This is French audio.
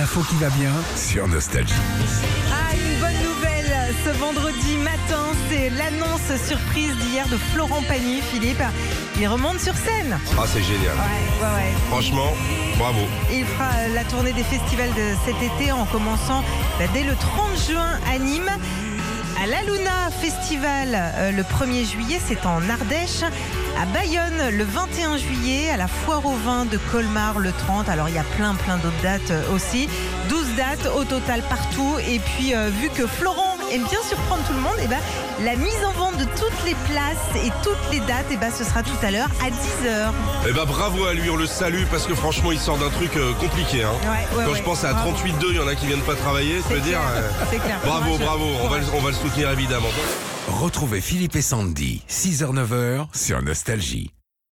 L'info qui va bien sur Nostalgie. Ah, une bonne nouvelle ce vendredi matin, c'est l'annonce surprise d'hier de Florent Pagny, Philippe. Il remonte sur scène. Ah, c'est génial. Ouais. Franchement, bravo. Il fera la tournée des festivals de cet été en commençant dès le 30 juin à Nîmes. À la Luna Festival le 1er juillet, c'est en Ardèche. À Bayonne le 21 juillet, à la Foire au Vin de Colmar le 30. Alors il y a plein d'autres dates aussi. 12 dates au total partout. Et puis vu que Florent aime bien surprendre tout le monde, la mise en vente de toutes les places et toutes les dates, ce sera tout à l'heure à 10h. Bravo à lui, on le salue parce que franchement il sort d'un truc compliqué. Quand je pense à 38.2, il y en a qui viennent pas travailler, ça veut dire. C'est clair. Bravo, on va le soutenir évidemment. Retrouvez Philippe et Sandy, 6h-9h sur Nostalgie.